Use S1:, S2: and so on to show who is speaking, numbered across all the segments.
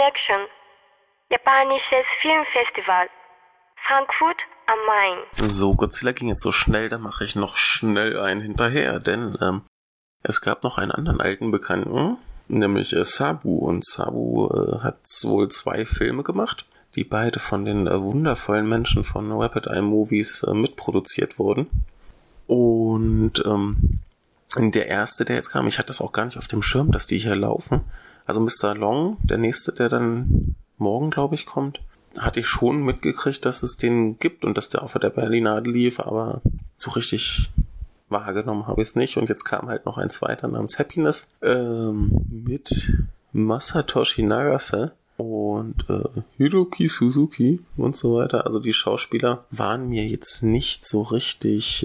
S1: Connection, japanisches Filmfestival, Frankfurt am Main.
S2: So, Godzilla ging jetzt so schnell, da mache ich noch schnell einen hinterher, denn es gab noch einen anderen alten Bekannten, nämlich Sabu. Und Sabu hat wohl 2 Filme gemacht, die beide von den wundervollen Menschen von Rapid Eye Movies mitproduziert wurden. Und der erste, der jetzt kam, ich hatte das auch gar nicht auf dem Schirm, dass die hier laufen. Also Mr. Long, der nächste, der dann morgen, glaube ich, kommt, hatte ich schon mitgekriegt, dass es den gibt und dass der auf der Berlinale lief, aber so richtig wahrgenommen habe ich es nicht. Und jetzt kam halt noch ein zweiter namens Happiness mit Masatoshi Nagase und Hiroki Suzuki und so weiter. Also die Schauspieler waren mir jetzt nicht so richtig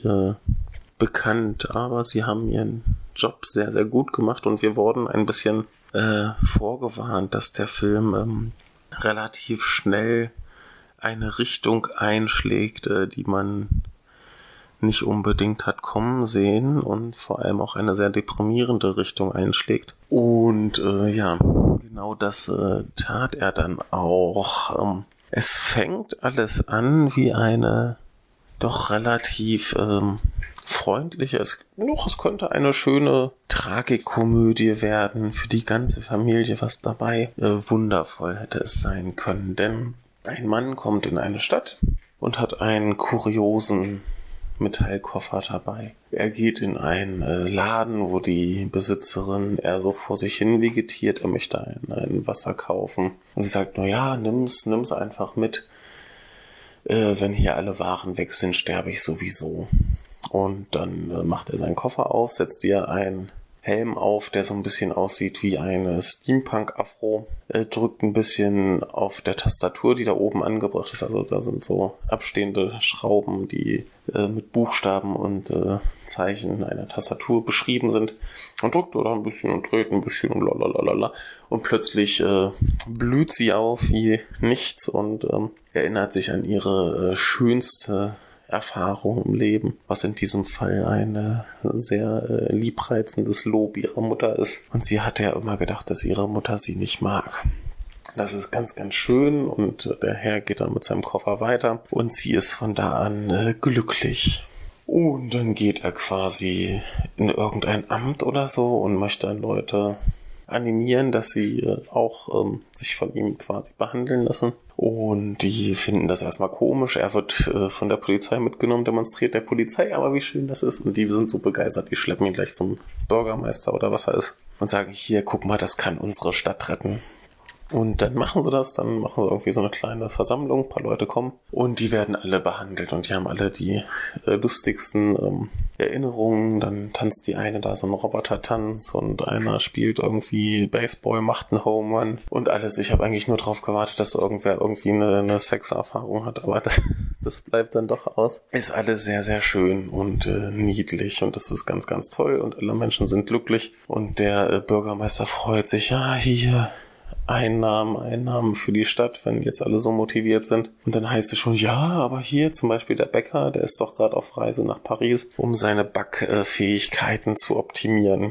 S2: bekannt, aber sie haben ihren Job sehr, sehr gut gemacht und wir wurden ein bisschen vorgewarnt, dass der Film relativ schnell eine Richtung einschlägt, die man nicht unbedingt hat kommen sehen und vor allem auch eine sehr deprimierende Richtung einschlägt. Und ja, genau das tat er dann auch. Es fängt alles an wie eine doch relativ freundliche, es könnte eine schöne Tragikomödie werden für die ganze Familie, was dabei wundervoll hätte es sein können, denn ein Mann kommt in eine Stadt und hat einen kuriosen Metallkoffer dabei. Er geht in einen Laden, wo die Besitzerin eher so vor sich hin vegetiert, er möchte ein Wasser kaufen und sie sagt, na ja, nimm's einfach mit, wenn hier alle Waren weg sind, sterbe ich sowieso. Und dann macht er seinen Koffer auf, setzt ihr einen Helm auf, der so ein bisschen aussieht wie eine Steampunk-Afro, drückt ein bisschen auf der Tastatur, die da oben angebracht ist. Also da sind so abstehende Schrauben, die mit Buchstaben und Zeichen einer Tastatur beschrieben sind. Und drückt da ein bisschen und dreht ein bisschen und lalalala. Und plötzlich blüht sie auf wie nichts und erinnert sich an ihre schönste Erfahrung im Leben, was in diesem Fall ein sehr liebreizendes Lob ihrer Mutter ist. Und sie hatte ja immer gedacht, dass ihre Mutter sie nicht mag. Das ist ganz, ganz schön und der Herr geht dann mit seinem Koffer weiter und sie ist von da an glücklich. Und dann geht er quasi in irgendein Amt oder so und möchte dann Leute animieren, dass sie auch sich von ihm quasi behandeln lassen. Und die finden das erstmal komisch. Er wird von der Polizei mitgenommen, demonstriert der Polizei, aber wie schön das ist. Und die sind so begeistert, die schleppen ihn gleich zum Bürgermeister oder was er ist und sagen, hier, guck mal, das kann unsere Stadt retten. Und dann machen sie das, dann machen sie irgendwie so eine kleine Versammlung, ein paar Leute kommen und die werden alle behandelt und die haben alle die lustigsten Erinnerungen. Dann tanzt die eine da so einen Roboter-Tanz und einer spielt irgendwie Baseball, macht einen Home Run und alles. Ich habe eigentlich nur darauf gewartet, dass irgendwer irgendwie eine Sexerfahrung hat, aber das bleibt dann doch aus. Ist alles sehr, sehr schön und niedlich und das ist ganz, ganz toll und alle Menschen sind glücklich und der Bürgermeister freut sich, ja, hier Einnahmen für die Stadt, wenn jetzt alle so motiviert sind. Und dann heißt es schon, ja, aber hier zum Beispiel der Bäcker, der ist doch gerade auf Reise nach Paris, um seine Backfähigkeiten zu optimieren.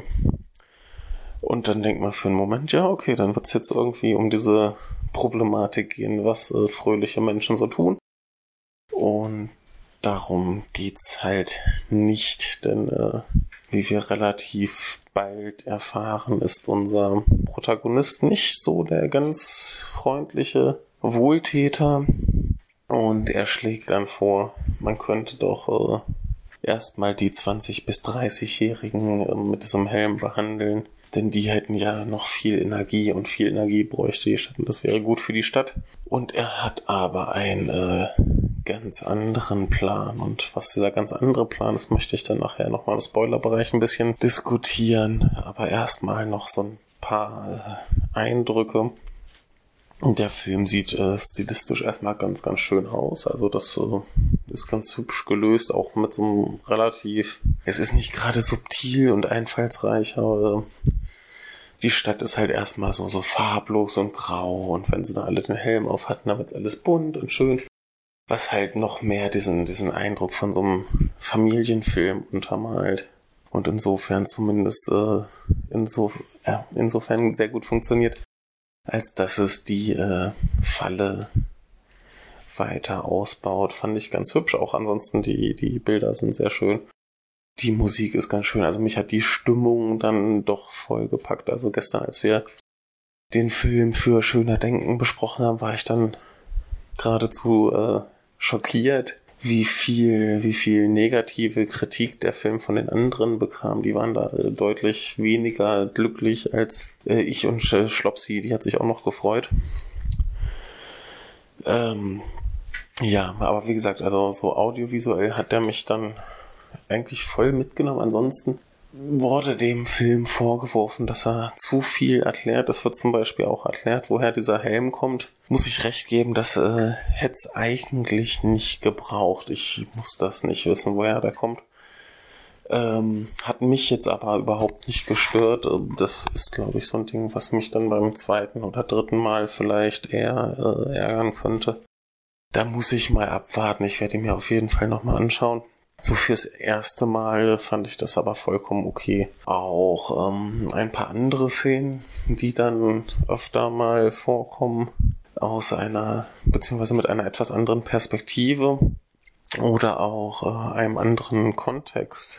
S2: Und dann denkt man für einen Moment, ja, okay, dann wird es jetzt irgendwie um diese Problematik gehen, was fröhliche Menschen so tun. Und darum geht's halt nicht, denn wie wir relativ bald erfahren, ist unser Protagonist nicht so der ganz freundliche Wohltäter und er schlägt dann vor, man könnte doch erstmal die 20- bis 30-Jährigen mit diesem Helm behandeln, denn die hätten ja noch viel Energie und viel Energie bräuchte die Stadt und das wäre gut für die Stadt. Und er hat aber einen ganz anderen Plan und was dieser ganz andere Plan ist, möchte ich dann nachher nochmal im Spoilerbereich ein bisschen diskutieren, aber erstmal noch so ein paar Eindrücke. Der Film sieht stilistisch erstmal ganz, ganz schön aus, also das ist ganz hübsch gelöst, auch mit so einem relativ, es ist nicht gerade subtil und einfallsreich, aber die Stadt ist halt erstmal so farblos und grau und wenn sie dann alle den Helm auf hatten, dann wird alles bunt und schön. Was halt noch mehr diesen Eindruck von so einem Familienfilm untermalt. Und insofern zumindest insofern sehr gut funktioniert. als dass es die Falle weiter ausbaut. Fand ich ganz hübsch. Auch ansonsten die Bilder sind sehr schön. Die Musik ist ganz schön. Also mich hat die Stimmung dann doch voll gepackt. Also gestern, als wir den Film für Schöner Denken besprochen haben, war ich dann geradezu schockiert, wie viel negative Kritik der Film von den anderen bekam. Die waren da deutlich weniger glücklich als ich und Schlopsi, die hat sich auch noch gefreut. Ja, aber wie gesagt, also so audiovisuell hat der mich dann eigentlich voll mitgenommen. Ansonsten wurde dem Film vorgeworfen, dass er zu viel erklärt. Es wird zum Beispiel auch erklärt, woher dieser Helm kommt. Muss ich recht geben, das hätte es eigentlich nicht gebraucht. Ich muss das nicht wissen, woher der kommt. Hat mich jetzt aber überhaupt nicht gestört. Das ist, glaube ich, so ein Ding, was mich dann beim zweiten oder dritten Mal vielleicht eher ärgern könnte. Da muss ich mal abwarten. Ich werde ihn mir auf jeden Fall nochmal anschauen. So fürs erste Mal fand ich das aber vollkommen okay. Auch ein paar andere Szenen, die dann öfter mal vorkommen, aus einer, beziehungsweise mit einer etwas anderen Perspektive oder auch einem anderen Kontext.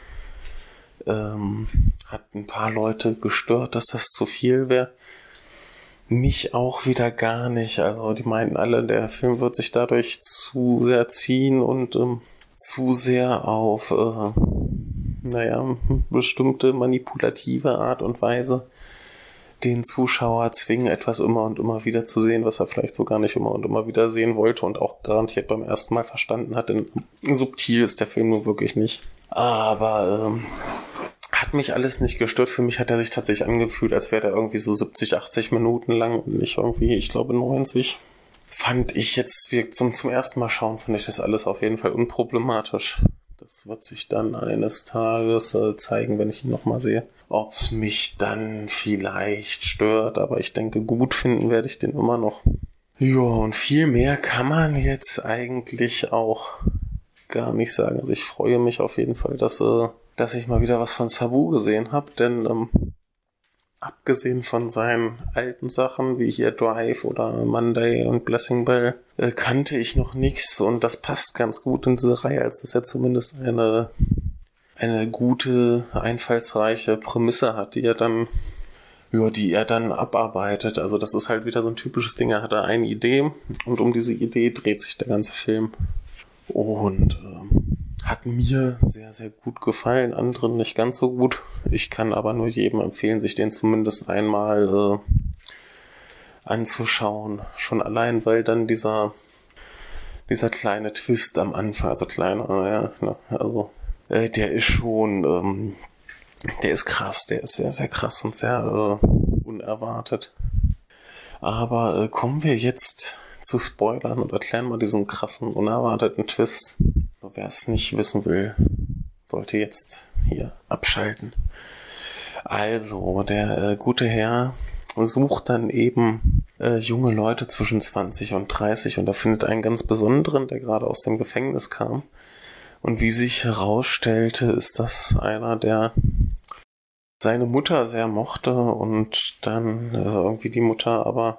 S2: Hat ein paar Leute gestört, dass das zu viel wäre. Mich auch wieder gar nicht. Also die meinten alle, der Film wird sich dadurch zu sehr ziehen und zu sehr auf bestimmte manipulative Art und Weise den Zuschauer zwingen, etwas immer und immer wieder zu sehen, was er vielleicht so gar nicht immer und immer wieder sehen wollte und auch garantiert beim ersten Mal verstanden hat, denn subtil ist der Film nun wirklich nicht. Aber hat mich alles nicht gestört. Für mich hat er sich tatsächlich angefühlt, als wäre der irgendwie so 70, 80 Minuten lang und nicht irgendwie, ich glaube 90. Fand ich jetzt, zum ersten Mal schauen, fand ich das alles auf jeden Fall unproblematisch. Das wird sich dann eines Tages zeigen, wenn ich ihn nochmal sehe. Ob es mich dann vielleicht stört, aber ich denke, gut finden werde ich den immer noch. Ja, und viel mehr kann man jetzt eigentlich auch gar nicht sagen. Also ich freue mich auf jeden Fall, dass ich mal wieder was von Sabu gesehen habe, denn abgesehen von seinen alten Sachen, wie hier Drive oder Monday und Blessing Bell, kannte ich noch nichts und das passt ganz gut in diese Reihe, als dass er zumindest eine gute, einfallsreiche Prämisse hat, die er dann abarbeitet. Also das ist halt wieder so ein typisches Ding, er hat da eine Idee und um diese Idee dreht sich der ganze Film. Und hat mir sehr, sehr gut gefallen, anderen nicht ganz so gut. Ich kann aber nur jedem empfehlen, sich den zumindest einmal anzuschauen. Schon allein, weil dann dieser kleine Twist am Anfang, also kleiner, der ist schon, der ist krass, der ist sehr, sehr krass und sehr unerwartet. Aber kommen wir jetzt zu Spoilern und erklären mal diesen krassen, unerwarteten Twist. So, wer es nicht wissen will, sollte jetzt hier abschalten. Also, der gute Herr sucht dann eben junge Leute zwischen 20 und 30 und er findet einen ganz besonderen, der gerade aus dem Gefängnis kam. Und wie sich herausstellte, ist das einer, der seine Mutter sehr mochte und dann irgendwie die Mutter aber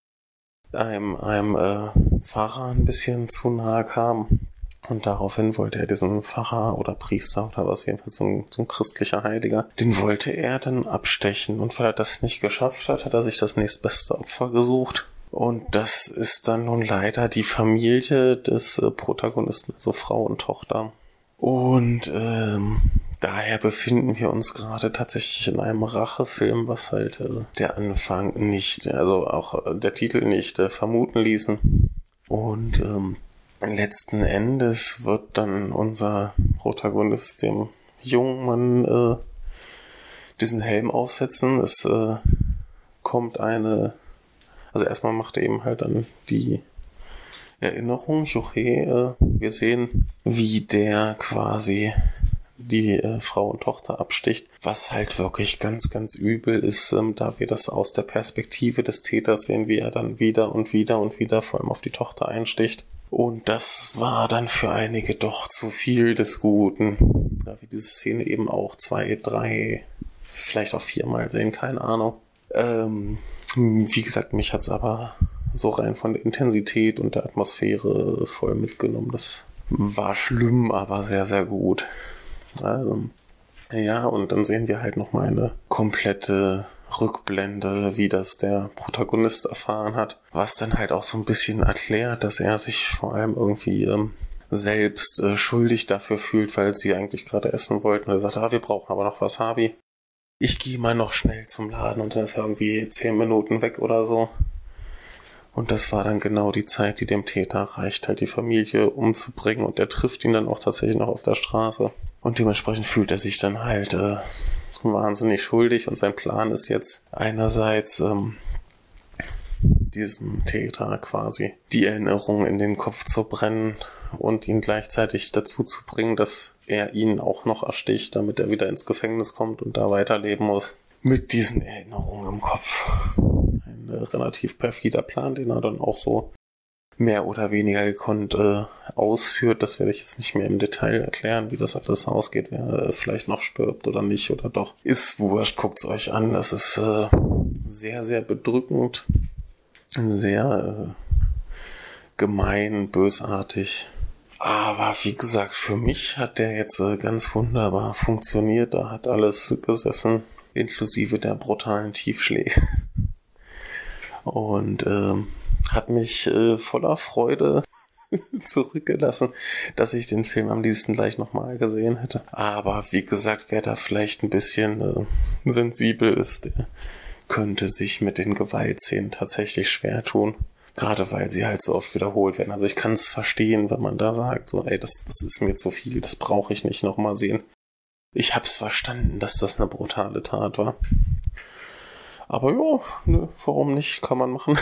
S2: einem Pfarrer ein bisschen zu nahe kam. Und daraufhin wollte er diesen Pfarrer oder Priester oder was, jedenfalls so ein christlicher Heiliger, den wollte er dann abstechen. Und weil er das nicht geschafft hat, hat er sich das nächstbeste Opfer gesucht. Und das ist dann nun leider die Familie des Protagonisten, also Frau und Tochter. Und daher befinden wir uns gerade tatsächlich in einem Rachefilm, was halt der Anfang nicht, also auch der Titel nicht vermuten ließen. Und letzten Endes wird dann unser Protagonist dem jungen Mann diesen Helm aufsetzen. Es kommt also erstmal macht er eben halt dann die Erinnerung, Juche, wir sehen, wie der quasi die Frau und Tochter absticht, was halt wirklich ganz, ganz übel ist, da wir das aus der Perspektive des Täters sehen, wie er dann wieder und wieder und wieder vor allem auf die Tochter einsticht. Und das war dann für einige doch zu viel des Guten, da wir diese Szene eben auch 2, 3, vielleicht auch 4 Mal sehen, keine Ahnung. Wie gesagt, mich hat's aber so rein von der Intensität und der Atmosphäre voll mitgenommen. Das war schlimm, aber sehr, sehr gut. Also, ja, und dann sehen wir halt nochmal eine komplette Rückblende, wie das der Protagonist erfahren hat, was dann halt auch so ein bisschen erklärt, dass er sich vor allem irgendwie selbst schuldig dafür fühlt, weil sie eigentlich gerade essen wollten. Und er sagt, wir brauchen aber noch Wasabi. Ich gehe mal noch schnell zum Laden und dann ist er irgendwie 10 Minuten weg oder so. Und das war dann genau die Zeit, die dem Täter reicht, halt die Familie umzubringen. Und der trifft ihn dann auch tatsächlich noch auf der Straße. Und dementsprechend fühlt er sich dann halt wahnsinnig schuldig. Und sein Plan ist jetzt einerseits diesem Täter quasi die Erinnerung in den Kopf zu brennen und ihn gleichzeitig dazu zu bringen, dass er ihn auch noch ersticht, damit er wieder ins Gefängnis kommt und da weiterleben muss. Mit diesen Erinnerungen im Kopf. Ein relativ perfider Plan, den er dann auch so mehr oder weniger gekonnt ausführt. Das werde ich jetzt nicht mehr im Detail erklären, wie das alles ausgeht, wer vielleicht noch stirbt oder nicht oder doch. Ist wurscht, guckt's euch an. Das ist sehr, sehr bedrückend. Sehr gemein, bösartig. Aber wie gesagt, für mich hat der jetzt ganz wunderbar funktioniert. Da hat alles gesessen, inklusive der brutalen Tiefschläge. Und hat mich voller Freude zurückgelassen, dass ich den Film am liebsten gleich nochmal gesehen hätte. Aber wie gesagt, wer da vielleicht ein bisschen sensibel ist, der könnte sich mit den Gewaltszenen tatsächlich schwer tun. Gerade weil sie halt so oft wiederholt werden. Also ich kann es verstehen, wenn man da sagt, so, ey, das ist mir zu viel, das brauche ich nicht nochmal sehen. Ich hab's verstanden, dass das eine brutale Tat war. Aber ja, ne, warum nicht, kann man machen.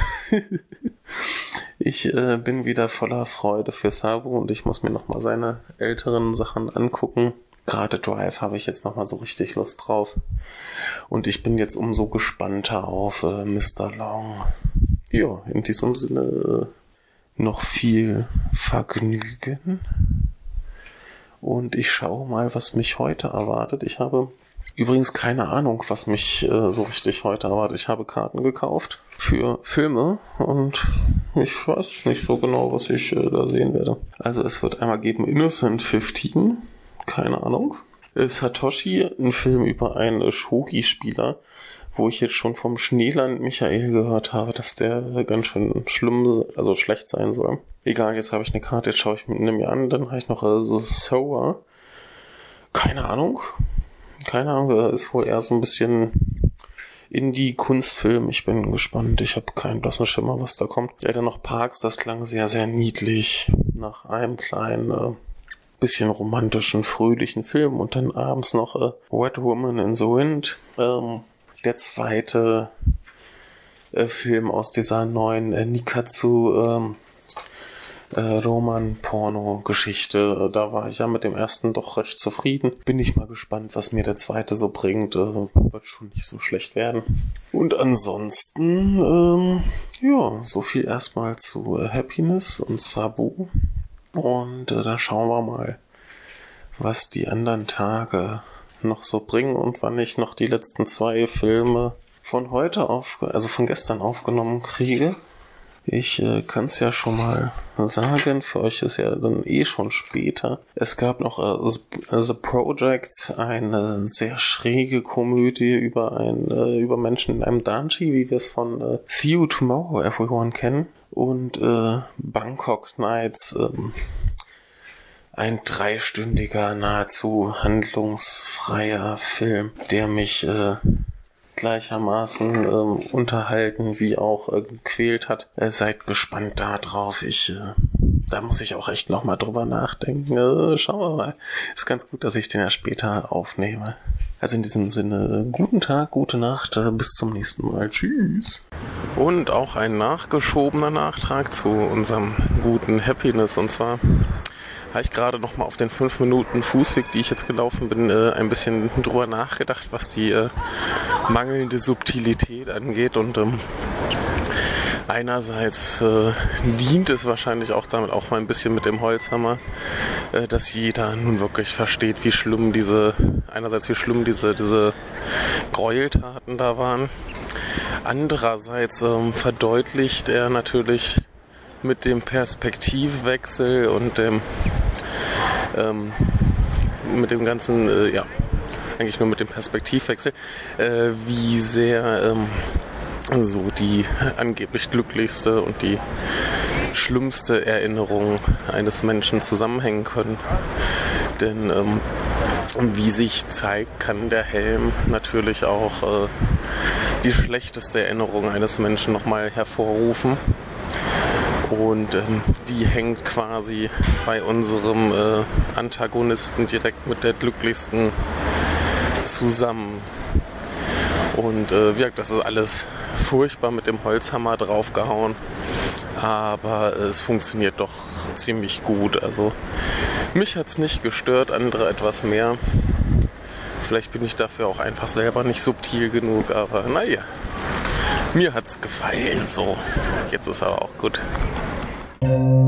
S2: Ich bin wieder voller Freude für Sabu und ich muss mir nochmal seine älteren Sachen angucken. Gerade Drive habe ich jetzt nochmal so richtig Lust drauf. Und ich bin jetzt umso gespannter auf Mr. Long. Ja, in diesem Sinne noch viel Vergnügen. Und ich schaue mal, was mich heute erwartet. Ich habe übrigens keine Ahnung, was mich so richtig heute erwartet. Ich habe Karten gekauft für Filme und ich weiß nicht so genau, was ich da sehen werde. Also es wird einmal geben Innocent 15. Keine Ahnung. Satoshi, ein Film über einen Shogi-Spieler, wo ich jetzt schon vom Schneeland Michael gehört habe, dass der ganz schön schlimm, also schlecht sein soll. Egal, jetzt habe ich eine Karte, jetzt schaue ich mir an, dann habe ich noch The Sower. Keine Ahnung, ist wohl eher so ein bisschen Indie-Kunstfilm. Ich bin gespannt, ich habe keinen blassen Schimmer, was da kommt. Ja, dann noch Parks, das klang sehr, sehr niedlich, nach einem kleinen bisschen romantischen, fröhlichen Film und dann abends noch Wet Woman in the Wind. Der zweite Film aus dieser neuen Nikatsu Roman-Porno-Geschichte. Da war ich ja mit dem ersten doch recht zufrieden. Bin ich mal gespannt, was mir der zweite so bringt. Wird schon nicht so schlecht werden. Und ansonsten, ja, so viel erstmal zu Happiness und Sabu. Und dann schauen wir mal, was die anderen Tage noch so bringen und wann ich noch die letzten 2 Filme von von gestern aufgenommen kriege. Ich kann es ja schon mal sagen, für euch ist ja dann schon später. Es gab noch The Project, eine sehr schräge Komödie über Menschen in einem Danchi, wie wir es von See You Tomorrow Everyone kennen. Und Bangkok Nights, ein 3-stündiger, nahezu handlungsfreier Film, der mich gleichermaßen unterhalten wie auch gequält hat. Seid gespannt da drauf. Da muss ich auch echt nochmal drüber nachdenken. Schauen wir mal. Ist ganz gut, dass ich den ja später aufnehme. Also in diesem Sinne, guten Tag, gute Nacht, bis zum nächsten Mal. Tschüss. Und auch ein nachgeschobener Nachtrag zu unserem guten Happiness. Und zwar habe ich gerade noch mal auf den 5 Minuten Fußweg, die ich jetzt gelaufen bin, ein bisschen drüber nachgedacht, was die mangelnde Subtilität angeht. Und einerseits dient es wahrscheinlich auch damit, auch mal ein bisschen mit dem Holzhammer, dass jeder nun wirklich versteht, wie schlimm diese Gräueltaten da waren. Andererseits verdeutlicht er natürlich mit dem Perspektivwechsel und mit dem ganzen, eigentlich nur mit dem Perspektivwechsel, wie sehr so die angeblich glücklichste und die schlimmste Erinnerung eines Menschen zusammenhängen können. Denn wie sich zeigt, kann der Helm natürlich auch die schlechteste Erinnerung eines Menschen nochmal hervorrufen. Und die hängt quasi bei unserem Antagonisten direkt mit der glücklichsten zusammen. Und das ist alles furchtbar mit dem Holzhammer draufgehauen. Aber es funktioniert doch ziemlich gut. Also mich hat's nicht gestört, andere etwas mehr. Vielleicht bin ich dafür auch einfach selber nicht subtil genug, aber naja. Mir hat's gefallen, so. Jetzt ist aber auch gut.